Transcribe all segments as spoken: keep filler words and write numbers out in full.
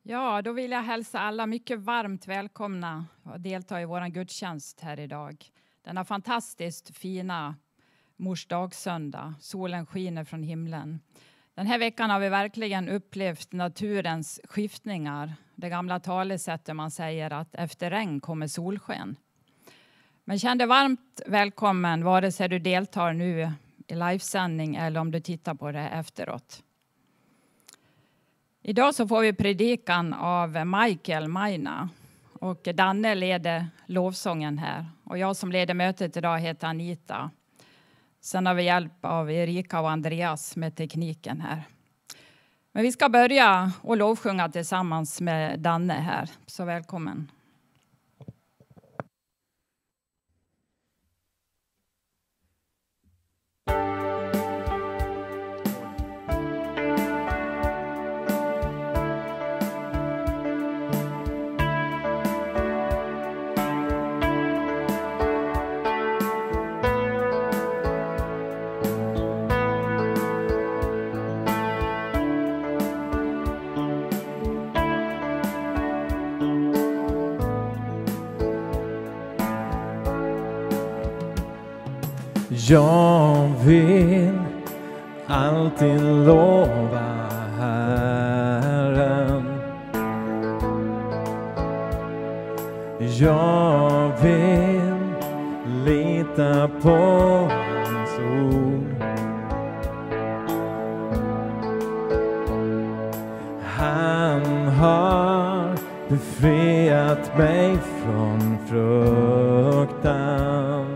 Ja, då vill jag hälsa alla mycket varmt välkomna och delta i vår gudstjänst här idag. Denna fantastiskt fina mors dagsöndag. Solen skiner från himlen. Den här veckan har vi verkligen upplevt naturens skiftningar. Det gamla talesättet man säger att efter regn kommer solsken. Men känn dig varmt välkommen vare sig du deltar nu i livesändning eller om du tittar på det efteråt. Idag så får vi predikan av Michael Maina och Danne leder lovsången här. Och jag som leder mötet idag heter Anita. Sen har vi hjälp av Erika och Andreas med tekniken här. Men vi ska börja och lovsjunga tillsammans med Danne här. Så välkommen. Jag vill alltid lova Herren. Jag vill lita på hans ord. Han har befriat mig från fruktan.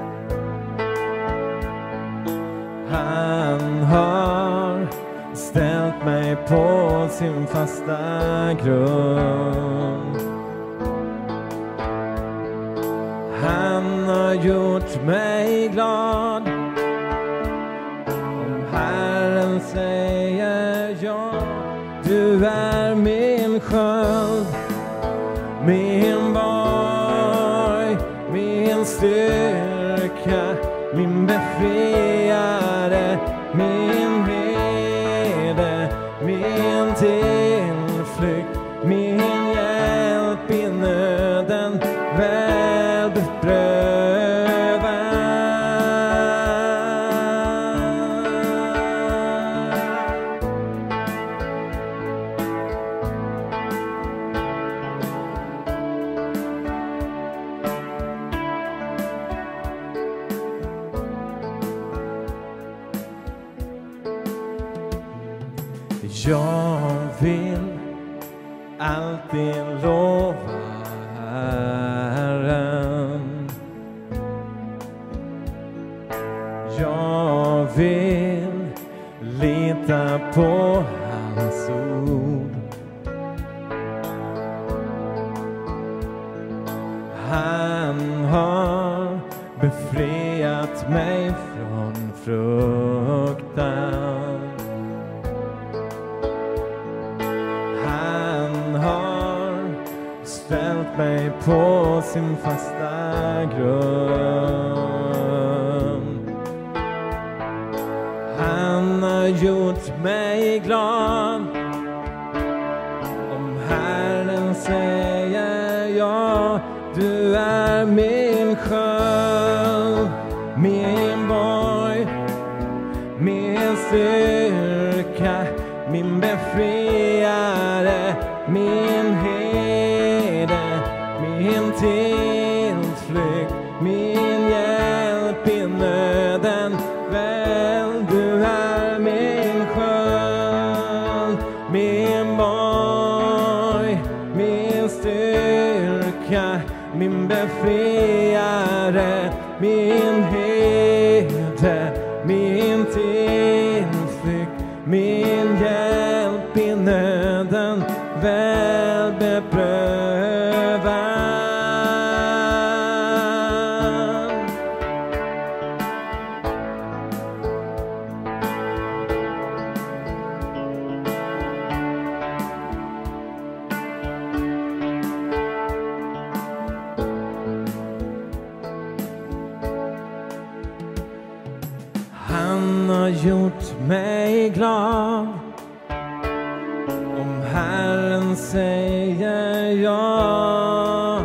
Han har ställt mig på sin fasta grund. Han har gjort mig glad. Om Herren säger ja, du är min sköld, min borg, min styrka, min befriare, min herde, min tillflykt, min hjälp i nöden, väl beprövad. Jag vill alltid lova Herren. Jag vill lita på hans ord. Han har befriat mig från fruktan. Ställt mig på sin fasta grund. Han har gjort mig glad. Om Herren säger ja, du är min sköld, min borg, min styrka, min befriare, min herde, min tillflykt, min hjälp i nöden, väl du är min sköld, min borg, min styrka, min befriare, min herde, min tillflykt, min hjälp i nöden, väl beprövad. Han har gjort mig glad. Om Herren säger jag.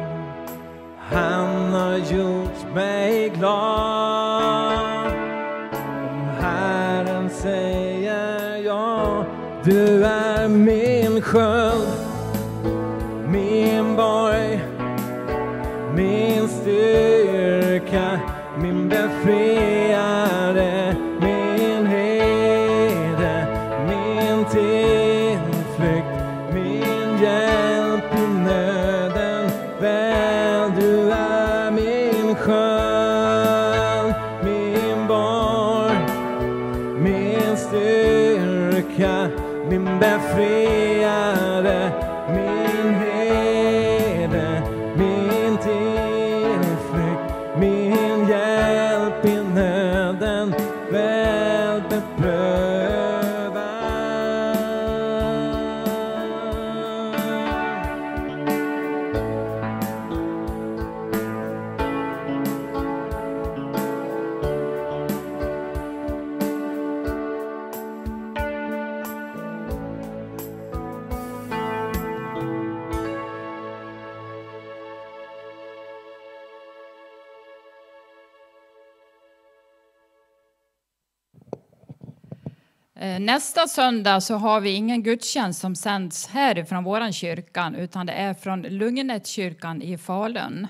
Han har gjort mig glad. Om Herren säger jag. Du är min sköld, min borg, min styrka, min befriare, min herde, min tillflykt, min hjälp i nöden. Väl, du är min sköld, min borg, min styrka, min befriare, min herde, min tillflykt, min hjälp i nöden, väl beprövad. Nästa söndag så har vi ingen gudstjänst som sänds härifrån våran kyrkan, utan det är från Lugnetkyrkan i Falun.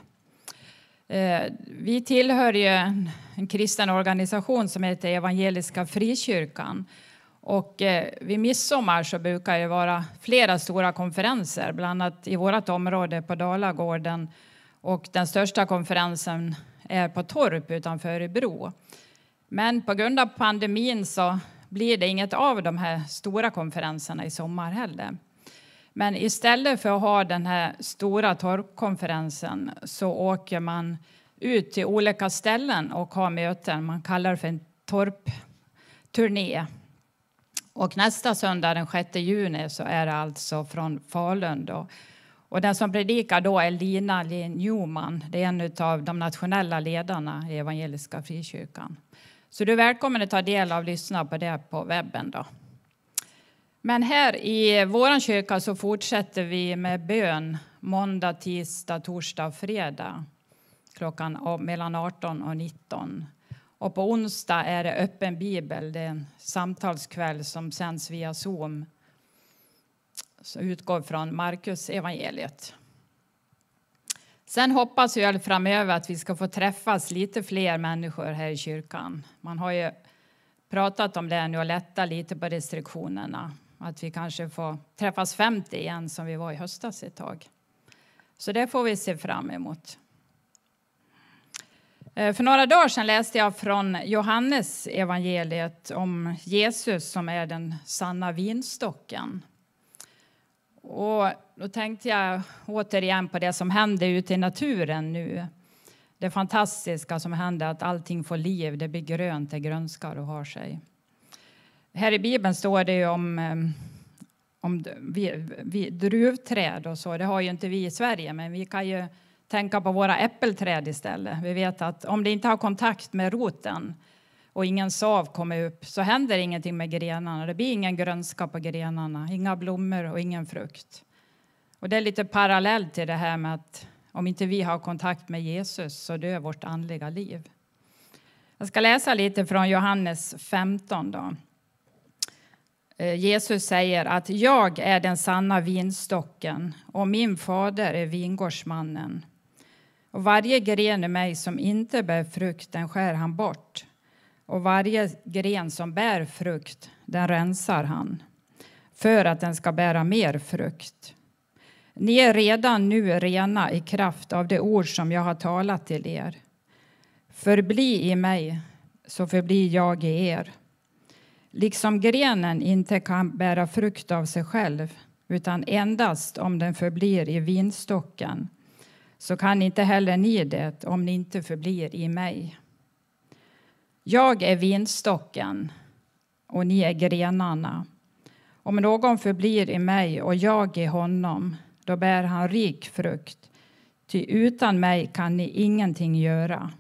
Vi tillhör ju en, en kristen organisation som heter Evangeliska Frikyrkan. Och vid midsommar så brukar det vara flera stora konferenser, bland annat i vårt område på Dalagården. Och den största konferensen är på Torp utanför Örebro. Men på grund av pandemin så blir det inget av de här stora konferenserna i sommar heller. Men istället för att ha den här stora torpkonferensen så åker man ut till olika ställen och har möten. Man kallar det för en torpturné. Och nästa söndag den sjätte juni så är det alltså från Falun då. Och den som predikar då är Lina Newman. Det är en av de nationella ledarna i Evangeliska Frikyrkan. Så du är välkommen att ta del av och lyssna på det på webben då. Men här i våran kyrka så fortsätter vi med bön måndag, tisdag, torsdag och fredag. Klockan mellan arton och nitton. Och på onsdag är det öppen bibel. Det är en samtalskväll som sänds via Zoom. Så utgår från Markus evangeliet. Sen hoppas jag framöver att vi ska få träffas lite fler människor här i kyrkan. Man har ju pratat om det nu och lätta lite på restriktionerna. Att vi kanske får träffas femtio igen som vi var i höstas ett tag. Så det får vi se fram emot. För några dagar sedan läste jag från Johannes evangeliet om Jesus som är den sanna vinstocken. Och då tänkte jag återigen på det som händer ute i naturen nu. Det fantastiska som händer, att allting får liv, det blir grönt, det grönskar och har sig. Här i Bibeln står det ju om, om vi, vi, druvträd och så. Det har ju inte vi i Sverige, men vi kan ju tänka på våra äppelträd istället. Vi vet att om det inte har kontakt med roten och ingen sav kommer upp så händer ingenting med grenarna. Det blir ingen grönska på grenarna, inga blommor och ingen frukt. Och det är lite parallellt till det här med att om inte vi har kontakt med Jesus så dör vårt andliga liv. Jag ska läsa lite från Johannes femton då. Jesus säger att jag är den sanna vinstocken och min fader är vingårdsmannen. Och varje gren i mig som inte bär frukt, den skär han bort. Och varje gren som bär frukt, den rensar han. För att den ska bära mer frukt. Ni är redan nu rena i kraft av det ord som jag har talat till er. Förbli i mig, så förblir jag i er. Liksom grenen inte kan bära frukt av sig själv, utan endast om den förblir i vinstocken, så kan inte heller ni det om ni inte förblir i mig. Jag är vinstocken och ni är grenarna. Om någon förblir i mig och jag i honom, då bär han rik frukt. Ty utan mig kan ni ingenting göra.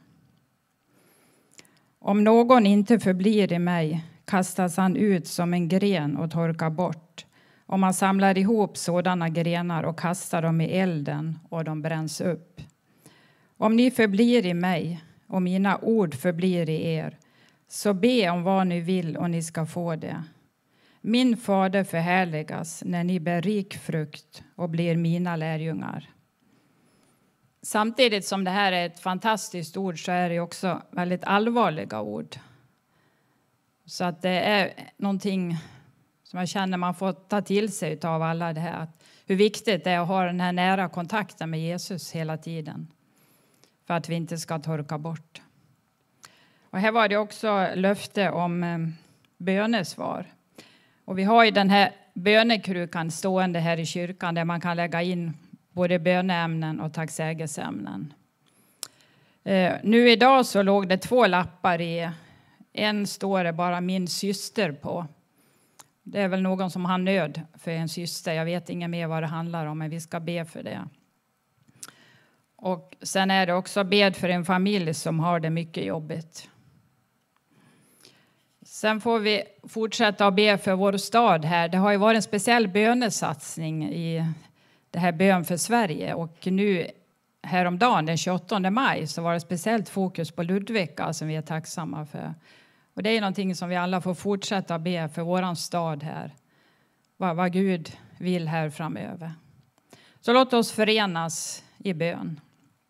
Om någon inte förblir i mig kastas han ut som en gren och torkar bort. om man samlar ihop sådana grenar och kastar dem i elden och de bränns upp. Om ni förblir i mig och mina ord förblir i er, så be om vad ni vill och ni ska få det. Min fader förhärligas när ni bär rik frukt och blir mina lärjungar. Samtidigt som det här är ett fantastiskt ord så är det också väldigt allvarliga ord. Så att det är någonting som jag känner man får ta till sig av alla det här. Att hur viktigt det är att ha den här nära kontakten med Jesus hela tiden. För att vi inte ska torka bort. Och här var det också löfte om eh, bönesvar. Och vi har ju den här bönekrukan stående här i kyrkan där man kan lägga in både böneämnen och tacksägelseämnen. Eh, nu idag så låg det två lappar i. En står det bara min syster på. Det är väl någon som har nöd för en syster. Jag vet inget mer vad det handlar om, men vi ska be för det. Och sen är det också bed för en familj som har det mycket jobbigt. Sen får vi fortsätta att be för vår stad här. Det har ju varit en speciell bönesatsning i det här bön för Sverige. Och nu häromdagen den tjugoåttonde maj så var det speciellt fokus på Ludvika som vi är tacksamma för. Och det är någonting som vi alla får fortsätta att be för våran stad här. Vad, vad Gud vill här framöver. Så låt oss förenas i bön.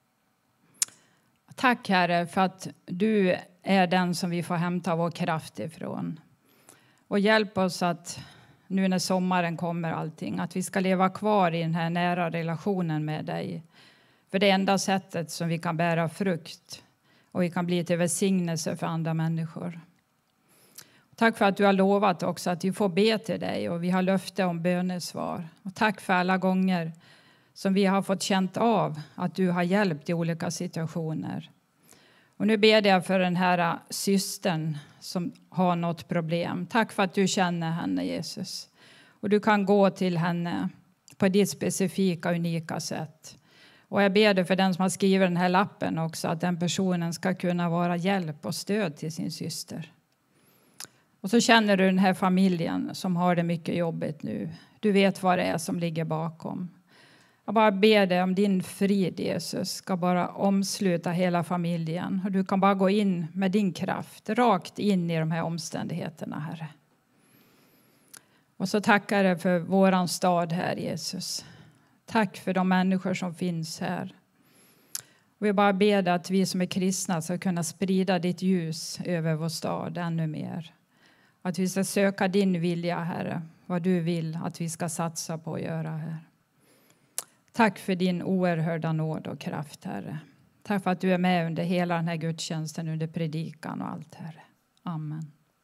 Tack Herre för att du är den som vi får hämta vår kraft ifrån. Och hjälp oss att nu när sommaren kommer allting, att vi ska leva kvar i den här nära relationen med dig. För det är enda sättet som vi kan bära frukt och vi kan bli till välsignelse för andra människor. Tack för att du har lovat också att vi får be till dig och vi har löfte om bönesvar. Och tack för alla gånger som vi har fått känt av att du har hjälpt i olika situationer. Och nu ber jag för den här systern som har något problem. Tack för att du känner henne, Jesus. Och du kan gå till henne på ditt specifika, unika sätt. Och jag ber dig för den som har skrivit den här lappen också, att den personen ska kunna vara hjälp och stöd till sin syster. Och så känner du den här familjen som har det mycket jobbigt nu. Du vet vad det är som ligger bakom. Jag bara ber dig om din frid, Jesus, ska bara omsluta hela familjen. Och du kan bara gå in med din kraft, rakt in i de här omständigheterna, Herre. Och så tackar jag för våran stad här, Jesus. Tack för de människor som finns här. Och vi bara ber dig att vi som är kristna ska kunna sprida ditt ljus över vår stad ännu mer. Att vi ska söka din vilja, Herre. Vad du vill att vi ska satsa på att göra här. Tack för din oerhörda nåd och kraft, Herre. Tack för att du är med under hela den här gudstjänsten, under predikan och allt, Herre. Amen.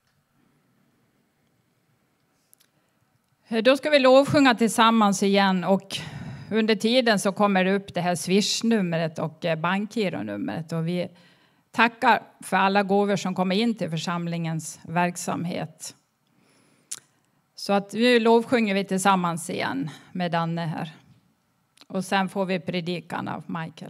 Då ska vi lovsjunga tillsammans igen och under tiden så kommer det upp det här swish-numret och bankgironumret. Och vi tackar för alla gåvor som kommer in till församlingens verksamhet. Så att nu lovsjunger vi tillsammans igen med Danne här. Och sen får vi predikan av Michael.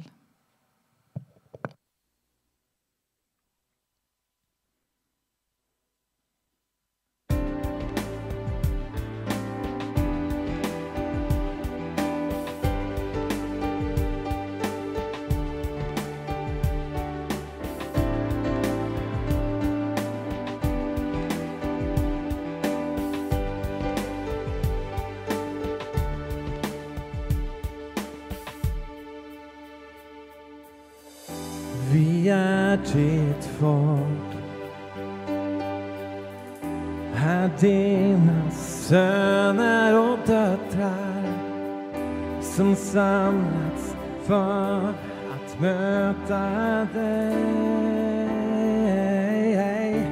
Vi är ditt folk, är dina söner och döttrar som samlats för att möta dig.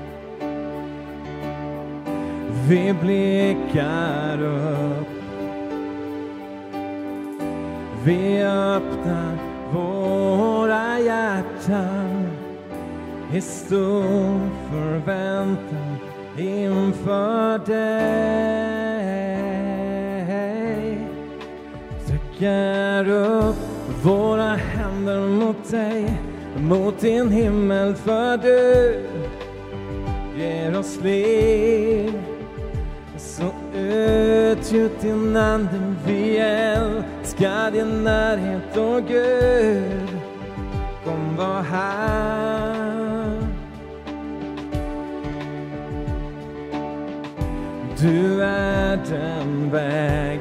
Vi blickar upp, vi öppnar våra hjärtan i stor förväntan inför dig. Sträcker upp våra händer mot dig, mot din himmel, för du ger oss liv Så utgjut din ande, vi älskar din närhet, och Gud, kom var här. Du är den väg,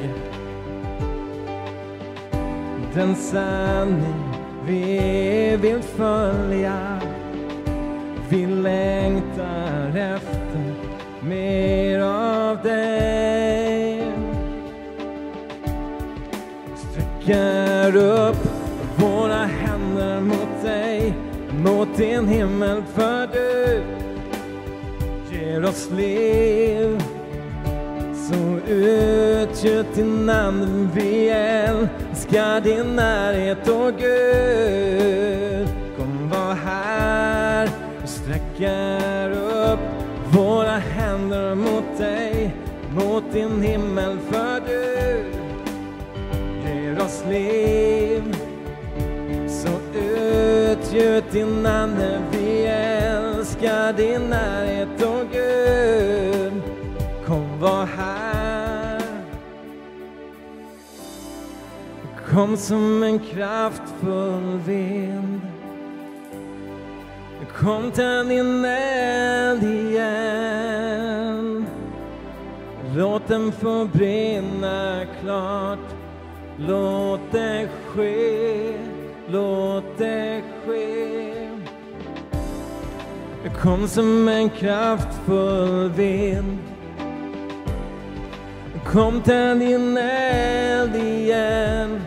den sanning vi vill följa. Vi längtar efter mer av dig. Sträcker upp våra händer mot dig, mot din himmel, för du ger oss liv. Så utgjut din ande, vi älskar din närhet, och Gud, kom var här. Sträcker upp våra händer mot dig, mot din himmel, för du ger oss liv. Så utgjut din ande, vi älskar din närhet, och Gud, kom var här. Kom som en kraftfull vind, kom tänd din eld igen. Låt den få brinna klart, låt det ske, låt det ske. Kom som en kraftfull vind, kom tänd din eld igen.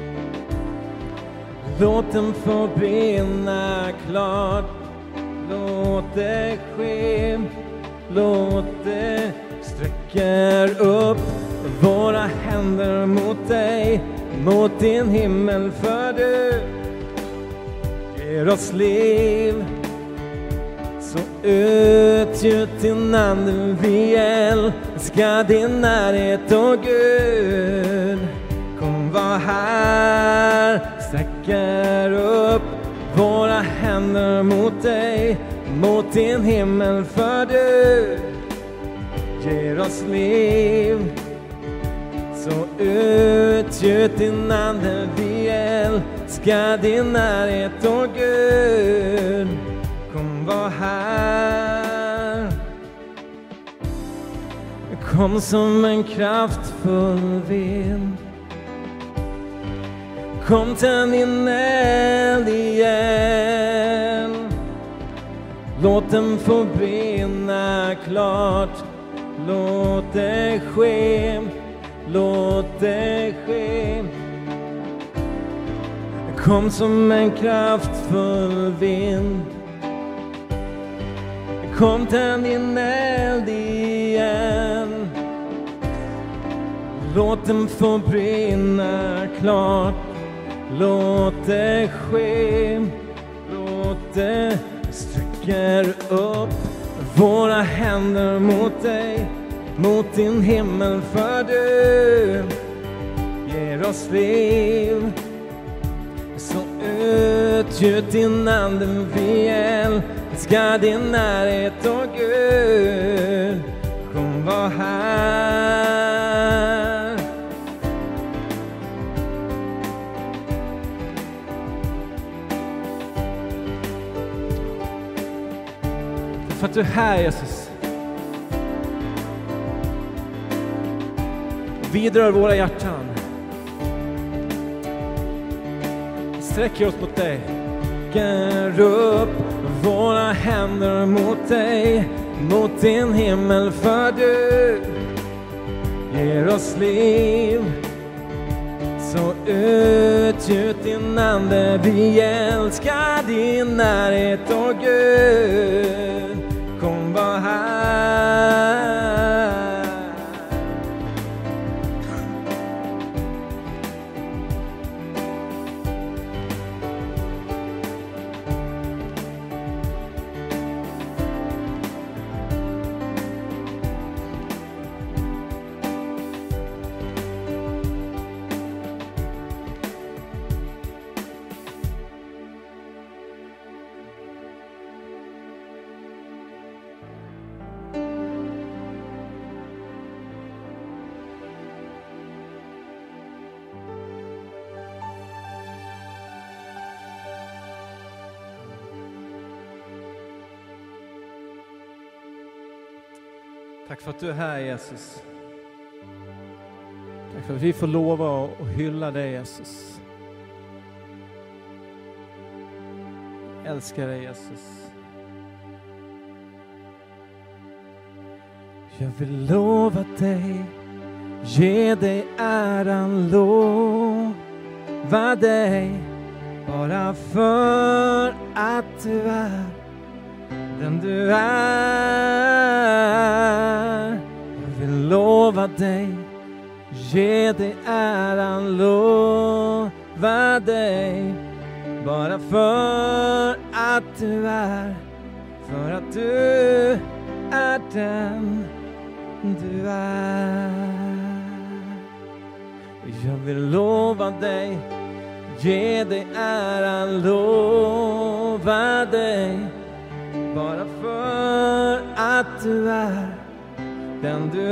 Låt den få brinna klart, låt det ske, låt det. Sträcker upp våra händer mot dig, mot din himmel, för du ger oss liv. Så utgjut din ande, vi älskar din närhet, och Gud, kom var här. Sträcker upp våra händer mot dig, mot din himmel, för du ger oss liv. Så utgjut din ande, vi älskar din närhet, och Gud, kom var här. Kom som en kraftfull vind, kom tänd din eld igen. Låt den få brinna klart, låt det ske, låt det ske. Kom som en kraftfull vind, kom tänd din eld igen. Låt den få brinna klart, låt det ske, låt det. Sträcker upp våra händer mot dig, mot din himmel, för du ger oss liv. Så utgjut din ande, vi älskar din närhet, och Gud, kom var här. För att du är här, Jesus. Vidrör våra hjärtan. Sträcker oss mot dig. Sträcker upp våra händer mot dig, mot din himmel, för du ger oss liv. Så utgjut din ande, vi älskar din närhet, och Gud, kom var här. Tack för att du är här, Jesus. Tack för att vi får lova att hylla dig, Jesus. Jag älskar dig, Jesus. Jag vill lova dig, ge dig äran, lova dig, bara för att du är den du är. Jag vill lova dig, ge dig äran, lova dig, bara för att du är, för att du är den du är. Jag vill lova dig, ge dig äran, lova dig, bara för att du är den du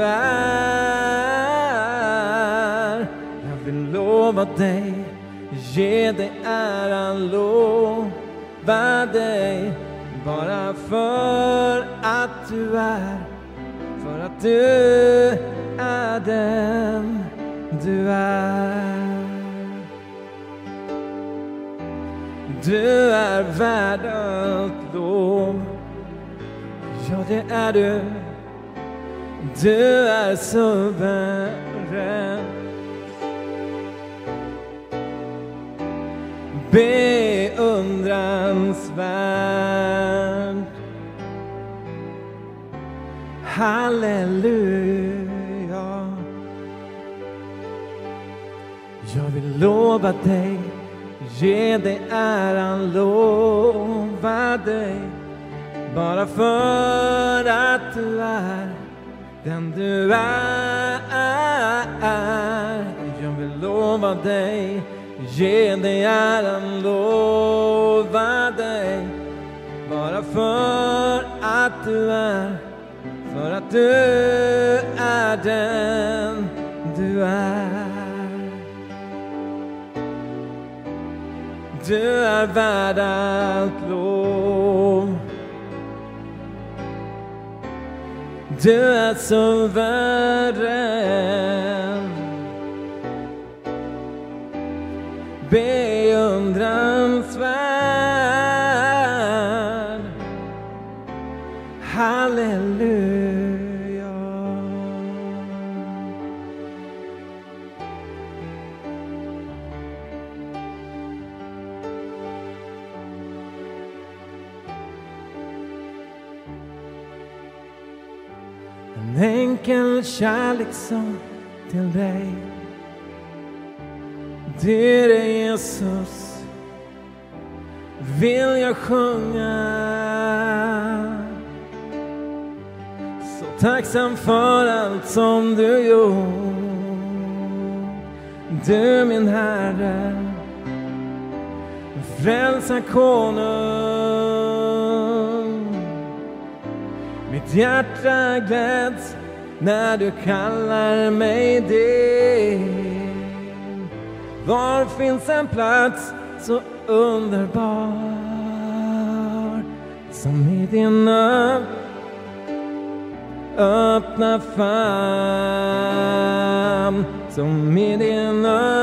är. Jag vill lova dig, ge dig äran, lova dig, bara för att du är, för att du är den du är. Du är värd allt lov, ja det är du. Du är suverän, beundransvärd. Halleluja. Jag vill lova dig, ge dig äran, lova dig, bara för att du är den du är. Jag vill lova dig, ge dig äran, lova dig, bara för att du är, för att du är den du är. Du är värd allt lov. Du är suverän, beundransvärd. Halleluja. En enkel kärlek som till dig, dyre Jesus, vill jag sjunga. Så tacksam för allt som du gjort, du min Herre, frälsar konung. Mitt hjärta gläds när du kallar mig din. Var finns en plats så underbar som i din öppna famn, som i din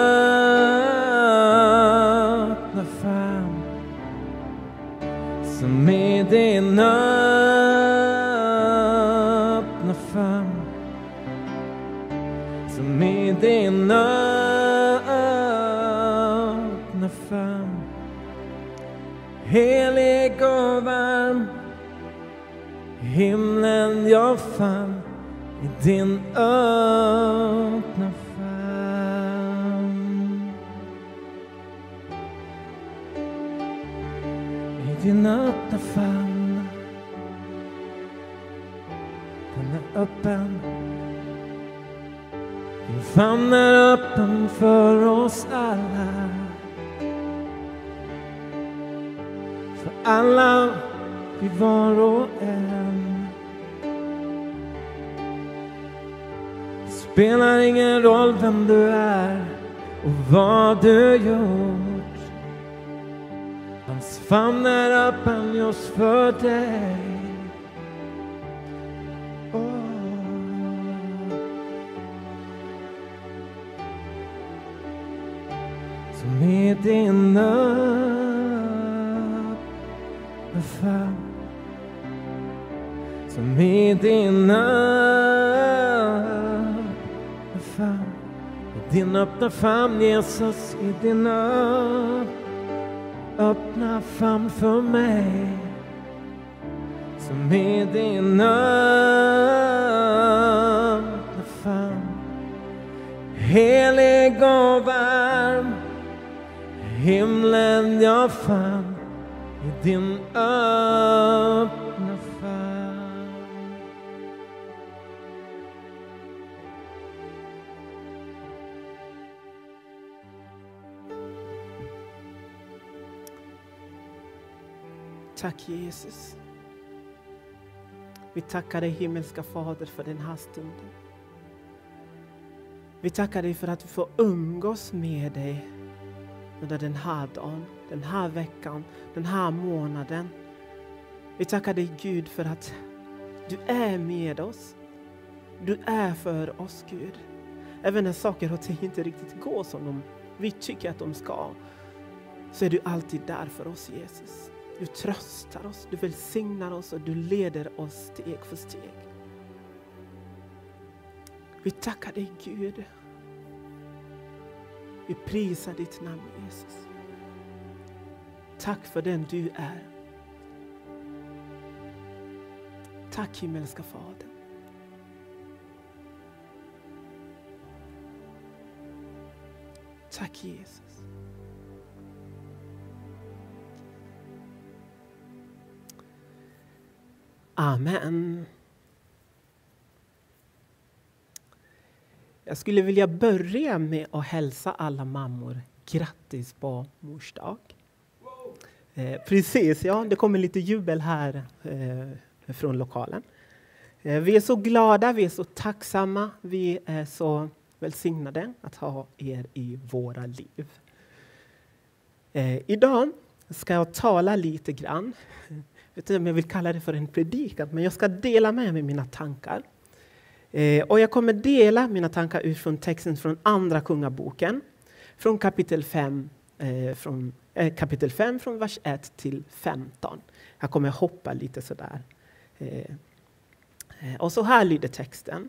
öppna famn, som i din öppna famn, som i din öppna famn. Helig och varm, himlen jag fann i din öppna famn. I din öppna famn, den är öppen. Din famn är öppen för oss alla, för alla vi var och en. Det spelar ingen roll vem du är och vad du gjort. Hans famn är öppen just för dig. Oh. famn, som i din öppna famn, i din öppna famn Jesus, i din öppna famn för mig, som i din öppna famn, helig och varm, himlen jag fann i din öppna famn. Tack Jesus. Vi tackar dig himmelska Fader för den här stunden. Vi tackar dig för att vi får umgås med dig under den här dagen, den här veckan, den här månaden. Vi tackar dig Gud för att du är med oss. Du är för oss Gud. Även när saker och ting inte riktigt går som de, vi tycker att de ska, så är du alltid där för oss Jesus. Du tröstar oss, du välsignar oss och du leder oss steg för steg. Vi tackar dig Gud. Vi prisar ditt namn Jesus. Tack för den du är. Tack himmelska Fader. Tack Jesus. Amen. Jag skulle vilja börja med att hälsa alla mammor grattis på mors dag. Eh, precis, ja, det kommer lite jubel här eh, från lokalen. Eh, vi är så glada, vi är så tacksamma, vi är så välsignade att ha er i våra liv. Eh, idag ska jag tala lite grann. Jag vet inte om jag vill kalla det för en predikan, men jag ska dela med mig mina tankar. Eh, och jag kommer dela mina tankar utifrån texten från andra kungaboken. Från kapitel fem, eh, från, eh, kapitel fem från vers ett till femton. Jag kommer hoppa lite sådär. Eh, eh, och så här lyder texten.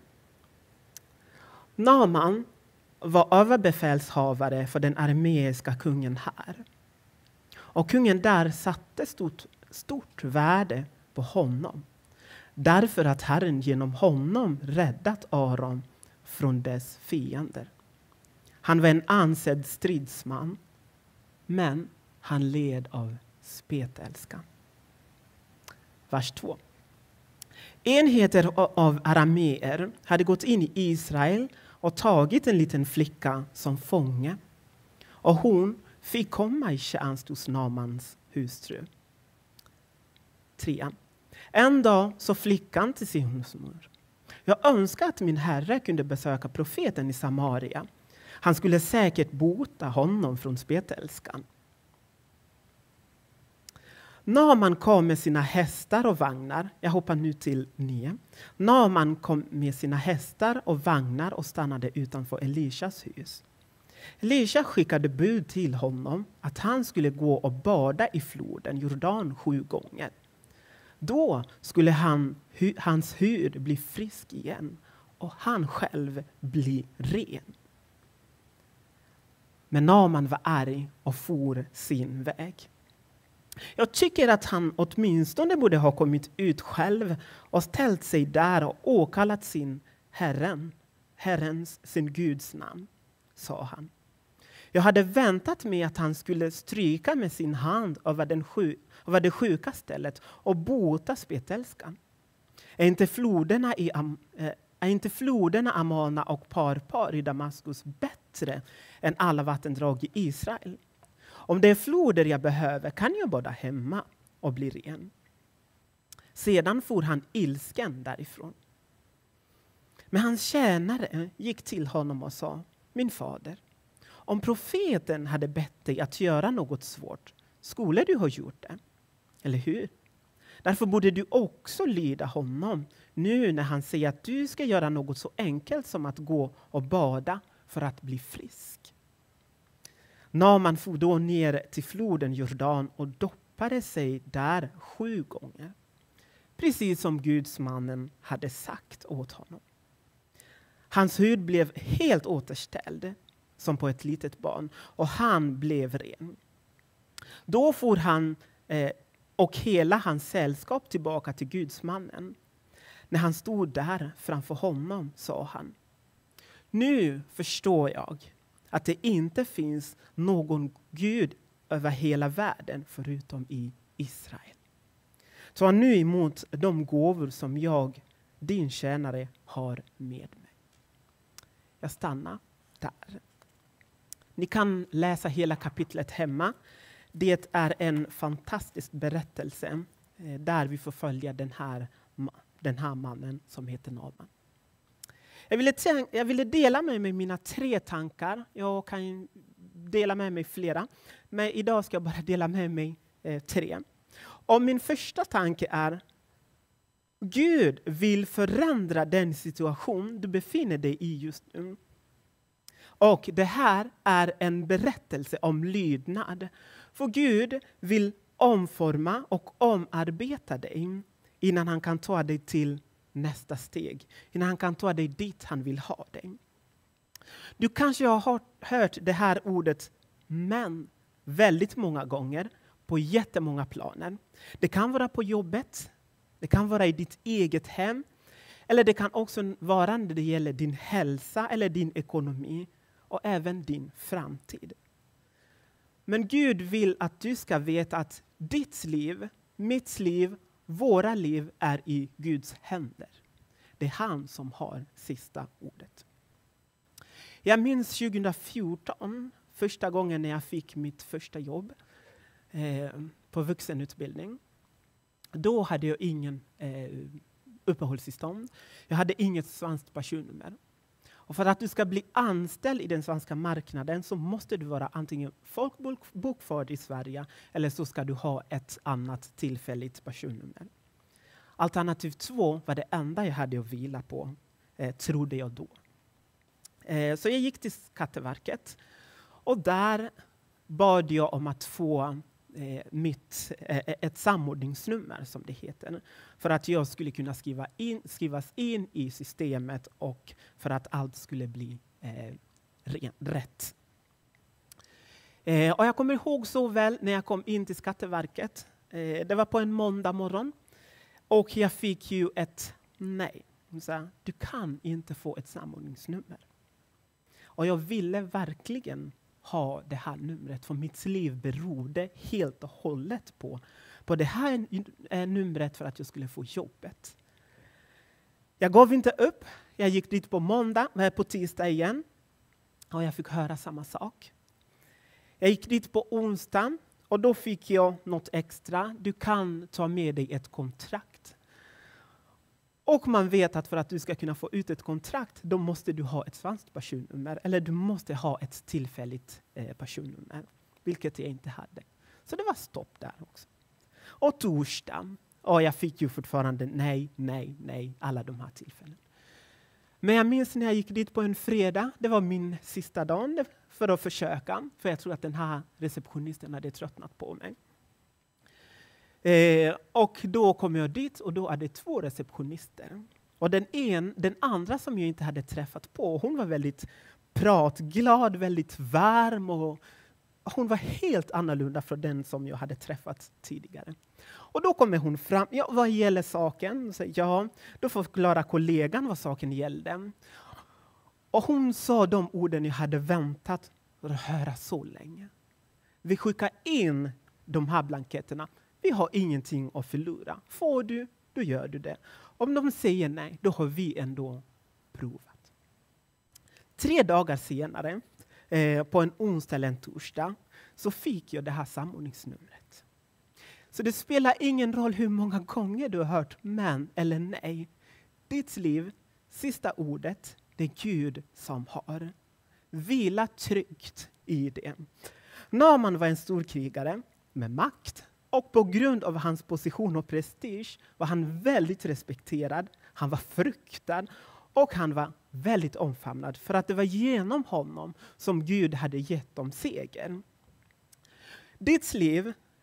Naaman var överbefälshavare för den armeiska kungen här. Och kungen där satte stort, stort värde på honom. Därför att Herren genom honom räddat Aram från dess fiender. Han var en ansedd stridsman, men han led av spetälska. Vers två. Enheter av arameer hade gått in i Israel och tagit en liten flicka som fånge. Och hon fick komma i tjänst hos Naamans hustru. Trean. En dag så flickan till sin husmor. Jag önskar att min herre kunde besöka profeten i Samaria. Han skulle säkert bota honom från spetälskan. Naaman kom med sina hästar och vagnar. Jag hoppar nu till nio. Naaman kom med sina hästar och vagnar och stannade utanför Elishas hus. Elisha skickade bud till honom att han skulle gå och bada i floden Jordan sju gånger. Då skulle han, hu, hans hud bli frisk igen och han själv bli ren. Men Naaman var arg och for sin väg. Jag tycker att han åtminstone borde ha kommit ut själv och ställt sig där och åkallat sin herren, herrens, sin Guds namn, sa han. Jag hade väntat mig att han skulle stryka med sin hand över, den sju, över det sjuka stället och bota spetälskan. Är inte floderna i är inte floderna Amana och Parpar i Damaskus bättre än alla vattendrag i Israel? Om det är floder jag behöver kan jag bada hemma och bli ren. Sedan for han ilsken därifrån. Men hans tjänare gick till honom och sa: min fader, om profeten hade bett dig att göra något svårt, skulle du ha gjort det? Eller hur? Därför borde du också lyda honom nu när han säger att du ska göra något så enkelt som att gå och bada för att bli frisk. Naaman for då ner till floden Jordan och doppade yppade sig där sju gånger. Precis som gudsmannen hade sagt åt honom. Hans hud blev helt återställd som på ett litet barn och han blev ren. Då får han eh, och hela hans sällskap tillbaka till gudsmannen. När han stod där framför honom sa han: nu förstår jag att det inte finns någon Gud över hela världen förutom i Israel. Ta nu emot de gåvor som jag, din tjänare, har med mig. Jag stannar där. Ni kan läsa hela kapitlet hemma. Det är en fantastisk berättelse där vi får följa den här, den här mannen som heter Naaman. Jag ville, jag ville dela med mig mina tre tankar. Jag kan dela med mig flera. Men idag ska jag bara dela med mig eh, tre. Och min första tanke är: Gud vill förändra den situation du befinner dig i just nu. Och det här är en berättelse om lydnad. För Gud vill omforma och omarbeta dig innan han kan ta dig till nästa steg. Innan han kan ta dig dit han vill ha dig. Du kanske har hört det här ordet men väldigt många gånger på jättemånga planer. Det kan vara på jobbet, det kan vara i ditt eget hem, eller det kan också vara när det gäller din hälsa eller din ekonomi och även din framtid. Men Gud vill att du ska veta att ditt liv, mitt liv, våra liv är i Guds händer. Det är han som har sista ordet. Jag minns tjugohundrafjorton, första gången när jag fick mitt första jobb eh, på vuxenutbildning. Då hade jag ingen eh, uppehållstillstånd. Jag hade inget svenskt personnummer. Och för att du ska bli anställd i den svenska marknaden så måste du vara antingen folkbokförd i Sverige eller så ska du ha ett annat tillfälligt personnummer. Alternativ två var det enda jag hade att vila på, eh, trodde jag då. Eh, så jag gick till Skatteverket och där bad jag om att få eh, mitt, eh, ett samordningsnummer som det heter. För att jag skulle kunna skriva in, skrivas in i systemet och för att allt skulle bli eh, ren, rätt. Eh, och jag kommer ihåg så väl när jag kom in till Skatteverket. Eh, det var på en måndag morgon. Och jag fick ju ett nej. Så, du kan inte få ett samordningsnummer. Och jag ville verkligen ha det här numret. För mitt liv berodde helt och hållet på, på det här numret för att jag skulle få jobbet. Jag gav inte upp. Jag gick dit på måndag, på tisdag igen. Och jag fick höra samma sak. Jag gick dit på onsdag. Och då fick jag något extra. Du kan ta med dig ett kontrakt. Och man vet att för att du ska kunna få ut ett kontrakt, då måste du ha ett svenskt personnummer. Eller du måste ha ett tillfälligt eh, personnummer. Vilket jag inte hade. Så det var stopp där också. Och torsdag. Och jag fick ju fortfarande nej, nej, nej. Alla de här tillfällen. Men jag minns när jag gick dit på en fredag. Det var min sista dag för att försöka. För jag tror att den här receptionisten hade tröttnat på mig. Eh, och då kom jag dit och då är det två receptionister. Och den, en, den andra som jag inte hade träffat på, hon var väldigt pratglad, väldigt varm. Och hon var helt annorlunda från den som jag hade träffat tidigare. Och då kommer hon fram, ja, vad gäller saken? Så, ja, då förklarar kollegan vad saken gällde. Och hon sa de orden jag hade väntat för att höra så länge. Vi skickar in de här blanketterna. Vi har ingenting att förlora. Får du, då gör du det. Om de säger nej, då har vi ändå provat. Tre dagar senare, eh, på en onsdag eller en torsdag, så fick jag det här samordningsnumret. Så det spelar ingen roll hur många gånger du har hört men eller nej. Ditt liv, sista ordet, det är Gud som har. Vila tryggt i det. Naaman var en stor krigare med makt. Och på grund av hans position och prestige var han väldigt respekterad. Han var fruktad och han var väldigt omfamnad. För att det var genom honom som Gud hade gett dem seger. Ditt liv,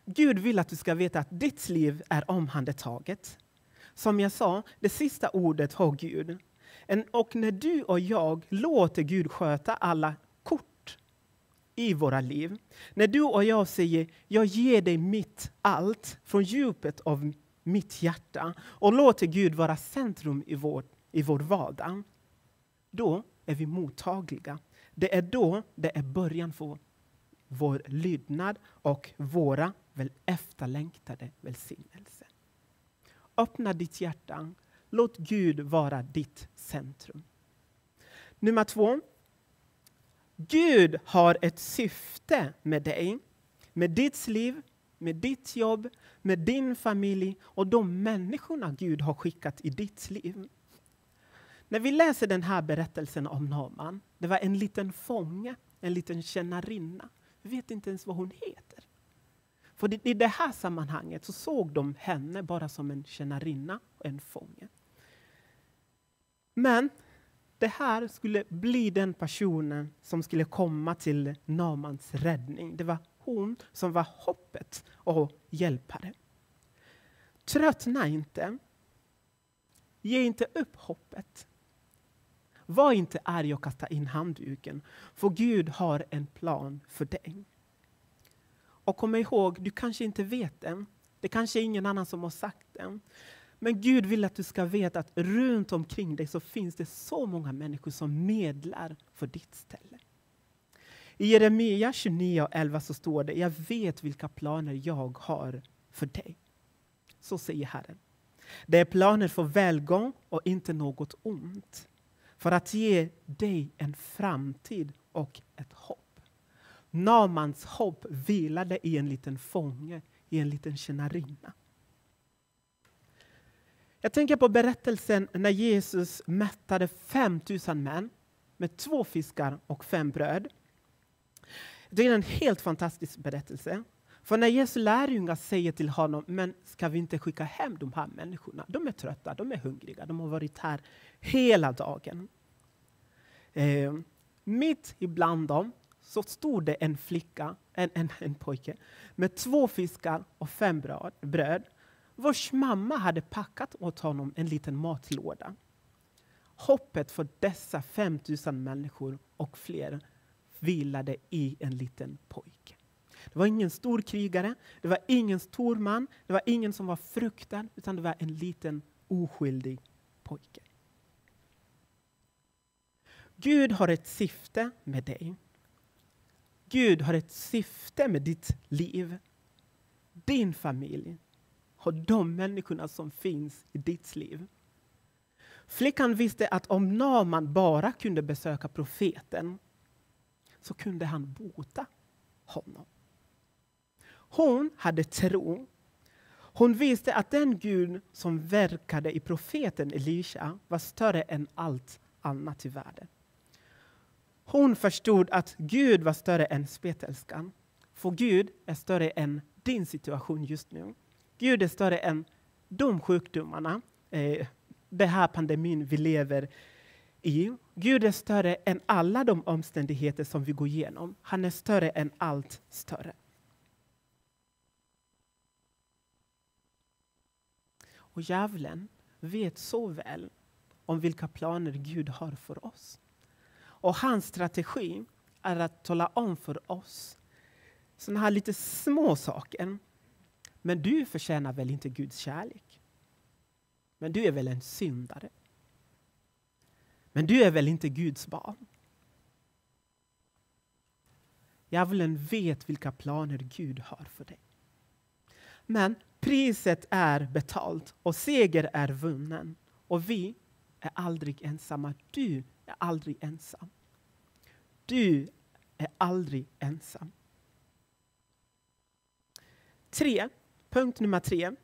Gud vill att du ska veta att ditt liv är omhändertaget. Som jag sa, det sista ordet har Gud. Och när du och jag låter Gud sköta alla kort i våra liv. När du och jag säger, jag ger dig mitt allt från djupet av mitt hjärta. Och låter Gud vara centrum i vår, i vår vardag. Då är vi mottagliga. Det är då det är början för vår lydnad och våra väl efterlängtade välsignelse. Öppna ditt hjärta. Låt Gud vara ditt centrum. Nummer två. Gud har ett syfte med dig. Med ditt liv, med ditt jobb, med din familj och de människorna Gud har skickat i ditt liv. När vi läser den här berättelsen om Naaman, det var en liten fånge, en liten tjänarinna. Vi vet inte ens vad hon heter. För i det här sammanhanget så såg de henne bara som en tjänarinna och en fånge. Men det här skulle bli den personen som skulle komma till Naamans räddning. Det var hon som var hoppet och hjälpare. Tröttna inte. Ge inte upp hoppet. Var inte arg och kasta in handduken. För Gud har en plan för dig. Och kom ihåg, du kanske inte vet den. Det kanske är ingen annan som har sagt den. Men Gud vill att du ska veta att runt omkring dig så finns det så många människor som medlar för ditt ställe. I Jeremia tjugonio och elva så står det, jag vet vilka planer jag har för dig. Så säger Herren. Det är planer för välgång och inte något ont. För att ge dig en framtid och ett hopp. Naamans hopp vilade i en liten fånge, i en liten tjänarinna. Jag tänker på berättelsen när Jesus mättade fem tusen män med två fiskar och fem bröd. Det är en helt fantastisk berättelse. För när Jesu lärjungar säger till honom, men ska vi inte skicka hem de här människorna? De är trötta, de är hungriga, de har varit här hela dagen. Eh, mitt ibland dem så stod det en flicka, en, en, en pojke, med två fiskar och fem bröd, bröd. Vars mamma hade packat åt honom en liten matlåda. Hoppet för dessa fem tusen människor och fler vilade i en liten pojke. Det var ingen stor krigare, det var ingen stor man, det var ingen som var fruktad, utan det var en liten oskyldig pojke. Gud har ett syfte med dig. Gud har ett syfte med ditt liv, din familj och de människorna som finns i ditt liv. Flickan visste att om Naaman bara kunde besöka profeten så kunde han bota honom. Hon hade tro. Hon visste att den Gud som verkade i profeten Elisha var större än allt annat i världen. Hon förstod att Gud var större än spetälskan. För Gud är större än din situation just nu. Gud är större än de sjukdomarna, eh, det här pandemin vi lever i. Gud är större än alla de omständigheter som vi går igenom. Han är större än allt större. Och djävulen vet så väl om vilka planer Gud har för oss. Och hans strategi är att tala om för oss sådana här lite små saker. Men du förtjänar väl inte Guds kärlek? Men du är väl en syndare? Men du är väl inte Guds barn? Djävulen vet vilka planer Gud har för dig. Men priset är betalt och seger är vunnen. Och vi är aldrig ensamma. Du är aldrig ensam. Du är aldrig ensam. Tre. Punkt nummer tre.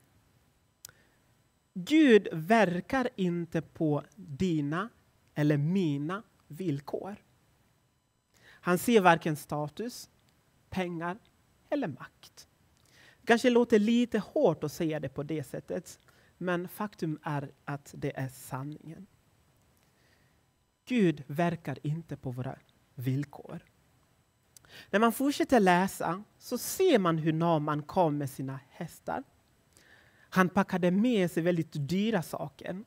Gud verkar inte på dina eller mina villkor. Han ser varken status, pengar eller makt. Det kanske låter lite hårt att säga det på det sättet, men faktum är att det är sanningen. Gud verkar inte på våra villkor. När man fortsätter läsa så ser man hur Naaman kom med sina hästar. Han packade med sig väldigt dyra saker.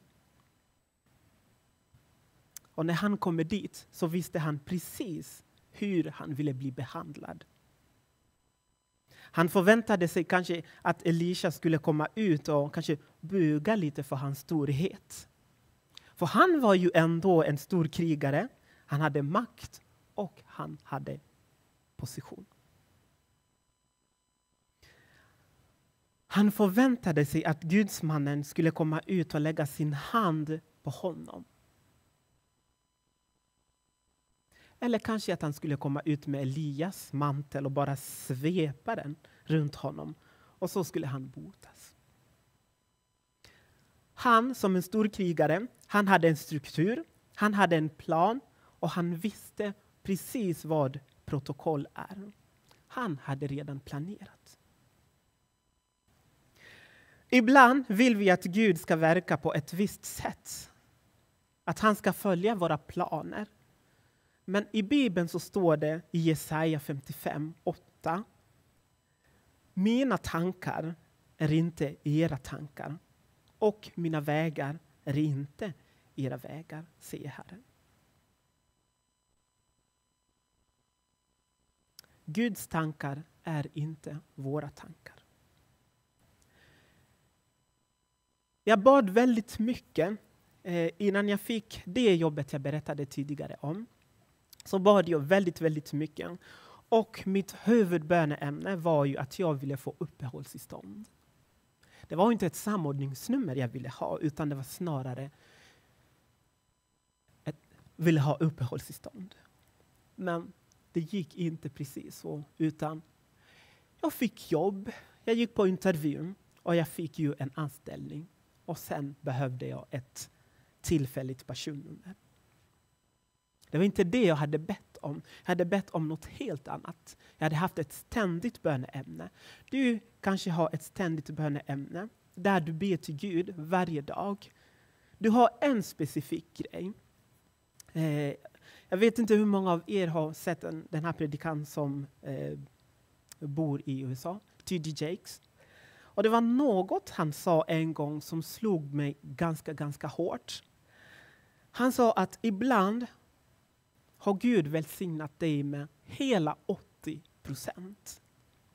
Och när han kommer dit så visste han precis hur han ville bli behandlad. Han förväntade sig kanske att Elisha skulle komma ut och kanske buga lite för hans storhet. För han var ju ändå en stor krigare. Han hade makt och han hade position. Han förväntade sig att gudsmannen skulle komma ut och lägga sin hand på honom. Eller kanske att han skulle komma ut med Elias mantel och bara svepa den runt honom. Och så skulle han botas. Han som en stor krigare, han hade en struktur, han hade en plan och han visste precis vad protokoll är. Han hade redan planerat. Ibland vill vi att Gud ska verka på ett visst sätt. Att han ska följa våra planer. Men i Bibeln så står det i Jesaja femtiofem åtta. Mina tankar är inte era tankar. Och mina vägar är inte era vägar, säger Herren. Guds tankar är inte våra tankar. Jag bad väldigt mycket eh, innan jag fick det jobbet jag berättade tidigare om. Så bad jag väldigt, väldigt mycket. Och mitt huvudböneämne var ju att jag ville få uppehållstillstånd. Det var inte ett samordningsnummer jag ville ha, utan det var snarare ett ville ha uppehållstillstånd. Men det gick inte precis så, utan jag fick jobb, jag gick på intervjun och jag fick ju en anställning. Och sen behövde jag ett tillfälligt personnummer. Det var inte det jag hade bett om. Jag hade bett om något helt annat. Jag hade haft ett ständigt böneämne. Du kanske har ett ständigt böneämne där du ber till Gud varje dag. Du har en specifik grej. Eh, jag vet inte hur många av er har sett en, den här predikan som eh, bor i U S A. T D Jakes. Och det var något han sa en gång som slog mig ganska, ganska hårt. Han sa att ibland har Gud välsignat dig med hela åttio procent.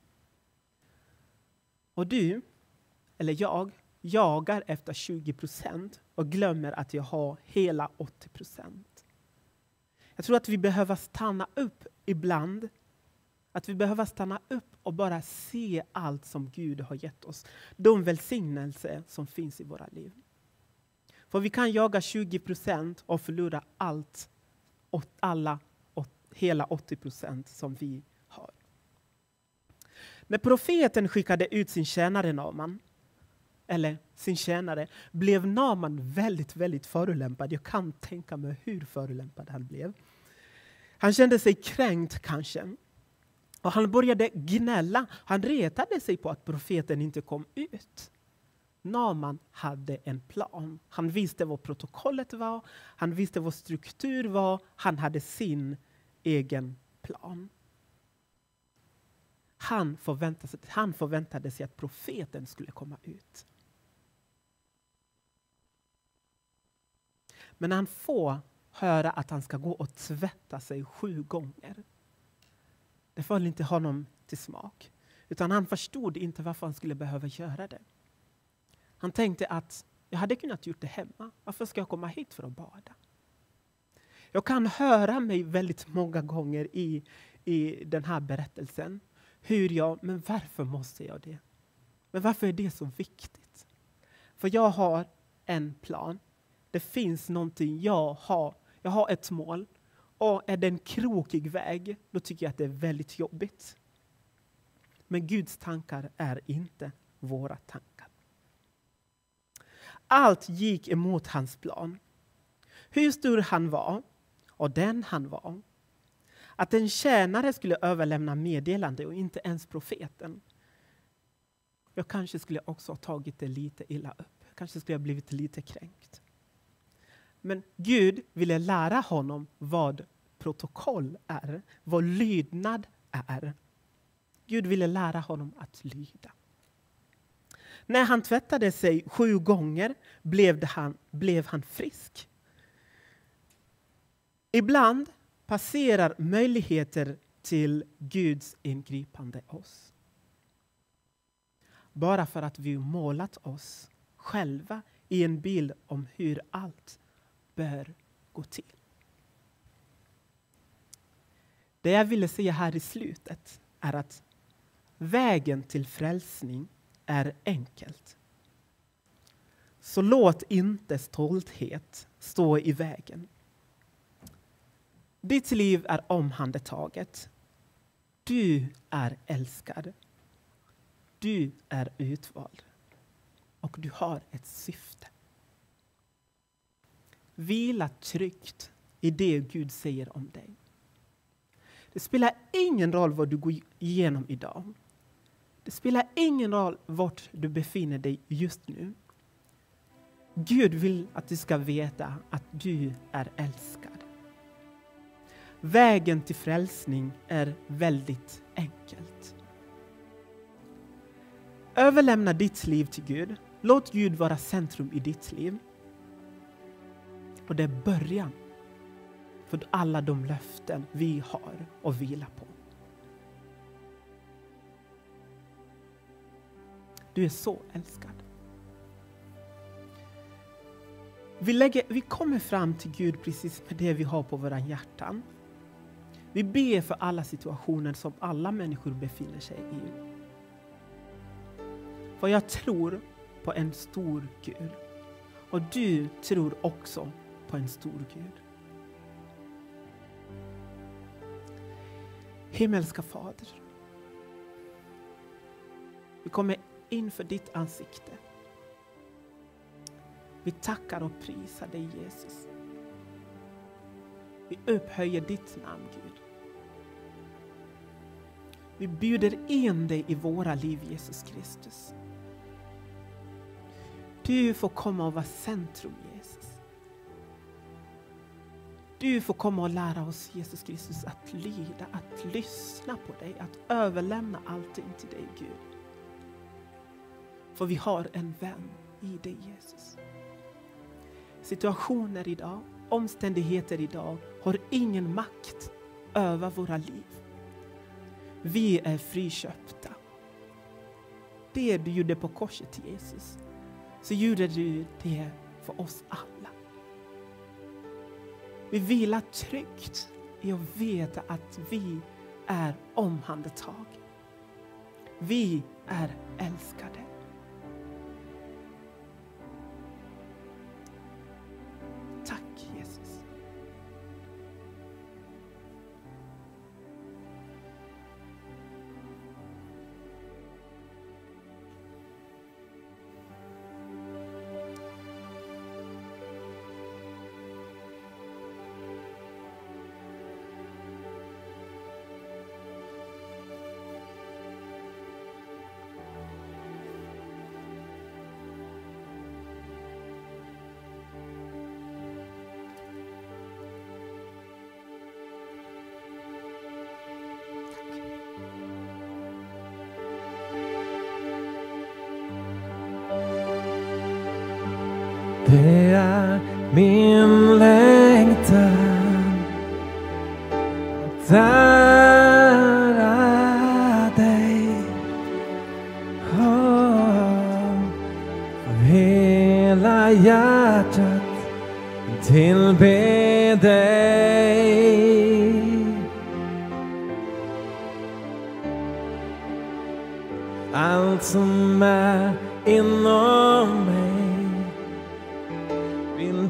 Och du, eller jag, jagar efter tjugo procent och glömmer att jag har hela åttio procent. Jag tror att vi behöver stanna upp ibland. Att vi behöver stanna upp och bara se allt som Gud har gett oss. De välsignelser som finns i våra liv. För vi kan jaga tjugo procent och förlora allt. Alla, hela åttio procent som vi har. När profeten skickade ut sin tjänare Naaman, eller sin tjänare, blev Naaman väldigt, väldigt förolämpad. Jag kan tänka mig hur förolämpad han blev. Han kände sig kränkt kanske. Och han började gnälla. Han retade sig på att profeten inte kom ut. Naaman hade en plan. Han visste vad protokollet var. Han visste vad struktur var. Han hade sin egen plan. Han förväntade sig, han förväntade sig att profeten skulle komma ut. Men han får höra att han ska gå och tvätta sig sju gånger. Det föll inte honom till smak. Utan han förstod inte varför han skulle behöva göra det. Han tänkte att jag hade kunnat gjort det hemma. Varför ska jag komma hit för att bada? Jag kan höra mig väldigt många gånger i, i den här berättelsen. Hur jag, men varför måste jag det? Men varför är det så viktigt? För jag har en plan. Det finns någonting jag har. Jag har ett mål. Och är det en krokig väg, då tycker jag att det är väldigt jobbigt. Men Guds tankar är inte våra tankar. Allt gick emot hans plan. Hur stor han var och den han var. Att en tjänare skulle överlämna meddelande och inte ens profeten. Jag kanske skulle också ha tagit det lite illa upp. Kanske skulle jag blivit lite kränkt. Men Gud ville lära honom vad protokoll är. Vad lydnad är. Gud ville lära honom att lyda. När han tvättade sig sju gånger blev, det han, blev han frisk. Ibland passerar möjligheter till Guds ingripande oss. Bara för att vi målat oss själva i en bild om hur allt bör gå till. Det jag ville säga här i slutet är att vägen till frälsning är enkelt. Så låt inte stolthet stå i vägen. Ditt liv är omhändertaget. Du är älskad. Du är utvald. Och du har ett syfte. Vila tryggt i det Gud säger om dig. Det spelar ingen roll vad du går igenom idag. Det spelar ingen roll vart du befinner dig just nu. Gud vill att du ska veta att du är älskad. Vägen till frälsning är väldigt enkelt. Överlämna ditt liv till Gud. Låt Gud vara centrum i ditt liv. Och det är början för alla de löften vi har att vila på. Du är så älskad. Vi, lägger, vi kommer fram till Gud precis med det vi har på våra hjärtan. Vi ber för alla situationer som alla människor befinner sig i. För jag tror på en stor Gud. Och du tror också på en stor Gud. Himmelska Fader. Vi kommer inför ditt ansikte. Vi tackar och prisar dig, Jesus. Vi upphöjer ditt namn, Gud. Vi bjuder in dig i våra liv, Jesus Kristus. Du får komma och vara centrum, Jesus. Du får komma och lära oss, Jesus Kristus, att lyda, att lyssna på dig, att överlämna allting till dig, Gud. För vi har en vän i dig, Jesus. Situationer idag, omständigheter idag har ingen makt över våra liv. Vi är friköpta. Det du gjorde på korset, Jesus, så gjorde du det för oss alla. Vi vilar tryggt i att veta att vi är omhändertagna. Vi är älskade. Tack, Jesus. Det är min längtan att ära dig, oh, av hela hjärtat tillbe dig. Allt som är inom mig vill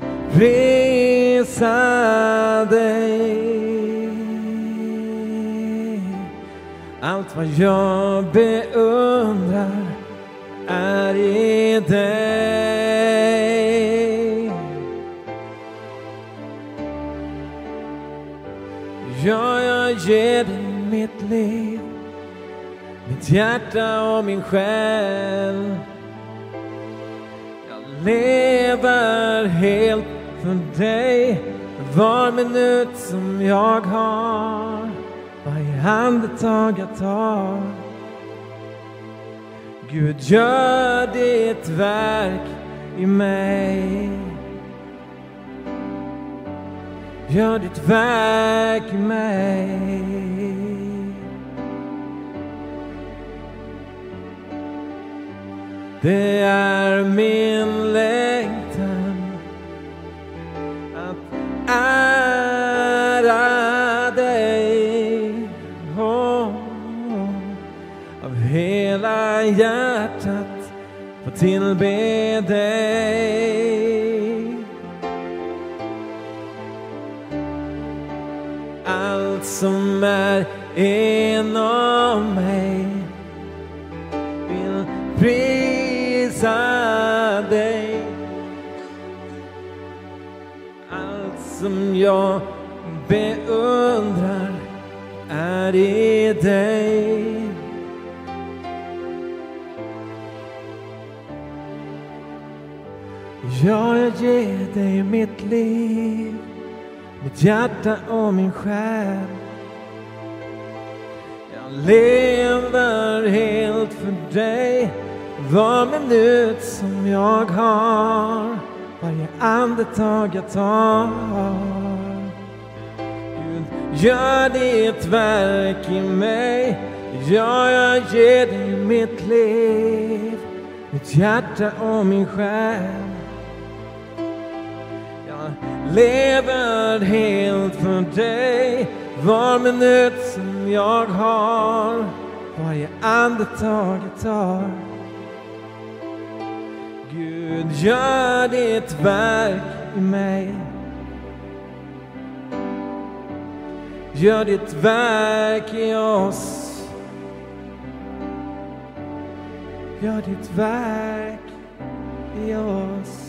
prisa dig. Allt vad jag beundrar är i dig. Ja, jag ger dig mitt liv, mitt hjärta och min själ. Jag lever helt för dig var minut som jag har. Vad jag andetag jag tar. Gud, gör ditt verk i mig. Gör ditt verk i mig. Det är min längtan att ära dig, oh, oh, av hela hjärtat få tillbe dig. Allt som är inom mig vill prisa dig. Allt som jag beundrar är i dig. Ja, jag ger dig mitt liv, mitt hjärta och min själ. Jag lever helt för dig, var minut som jag har, varje andetag jag tar. Gud, gör ditt verk i mig. Ja, jag ger dig mitt liv, mitt hjärta och min själ. Jag lever helt för dig, var minut som jag har, varje andetag jag tar. Gud, gör ditt verk i mig. Gör ditt verk i oss. Gör ditt verk i oss.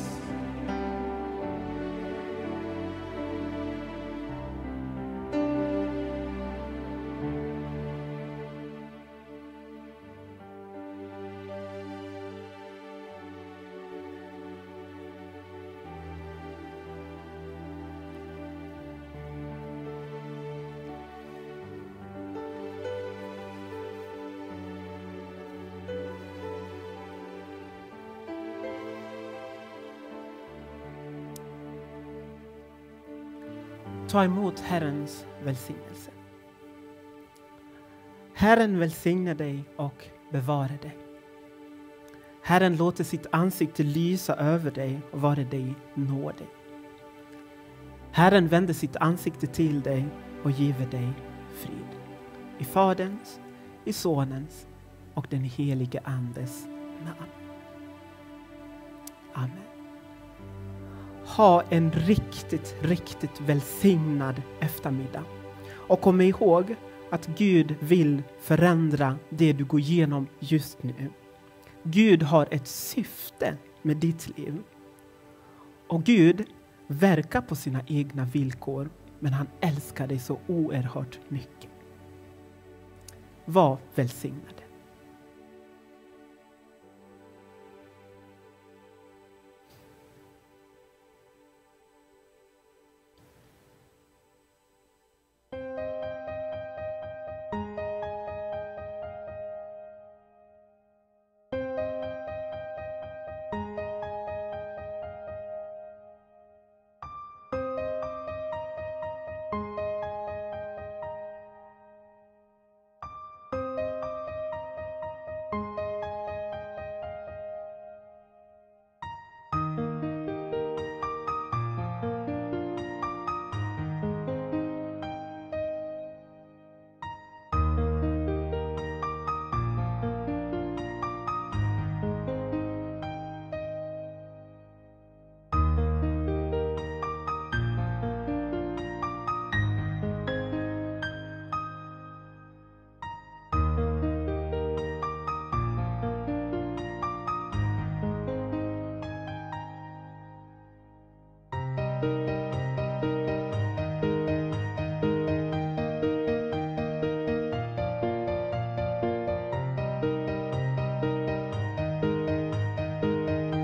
Ta emot Herrens välsignelse. Herren välsignar dig och bevarar dig. Herren låter sitt ansikte lysa över dig och vara dig nådig. Herren vänder sitt ansikte till dig och giver dig frid. I Faderns, i Sonens och den helige Andes namn. Amen. Ha en riktigt, riktigt välsignad eftermiddag. Och kom ihåg att Gud vill förändra det du går igenom just nu. Gud har ett syfte med ditt liv. Och Gud verkar på sina egna villkor, men han älskar dig så oerhört mycket. Var välsignade.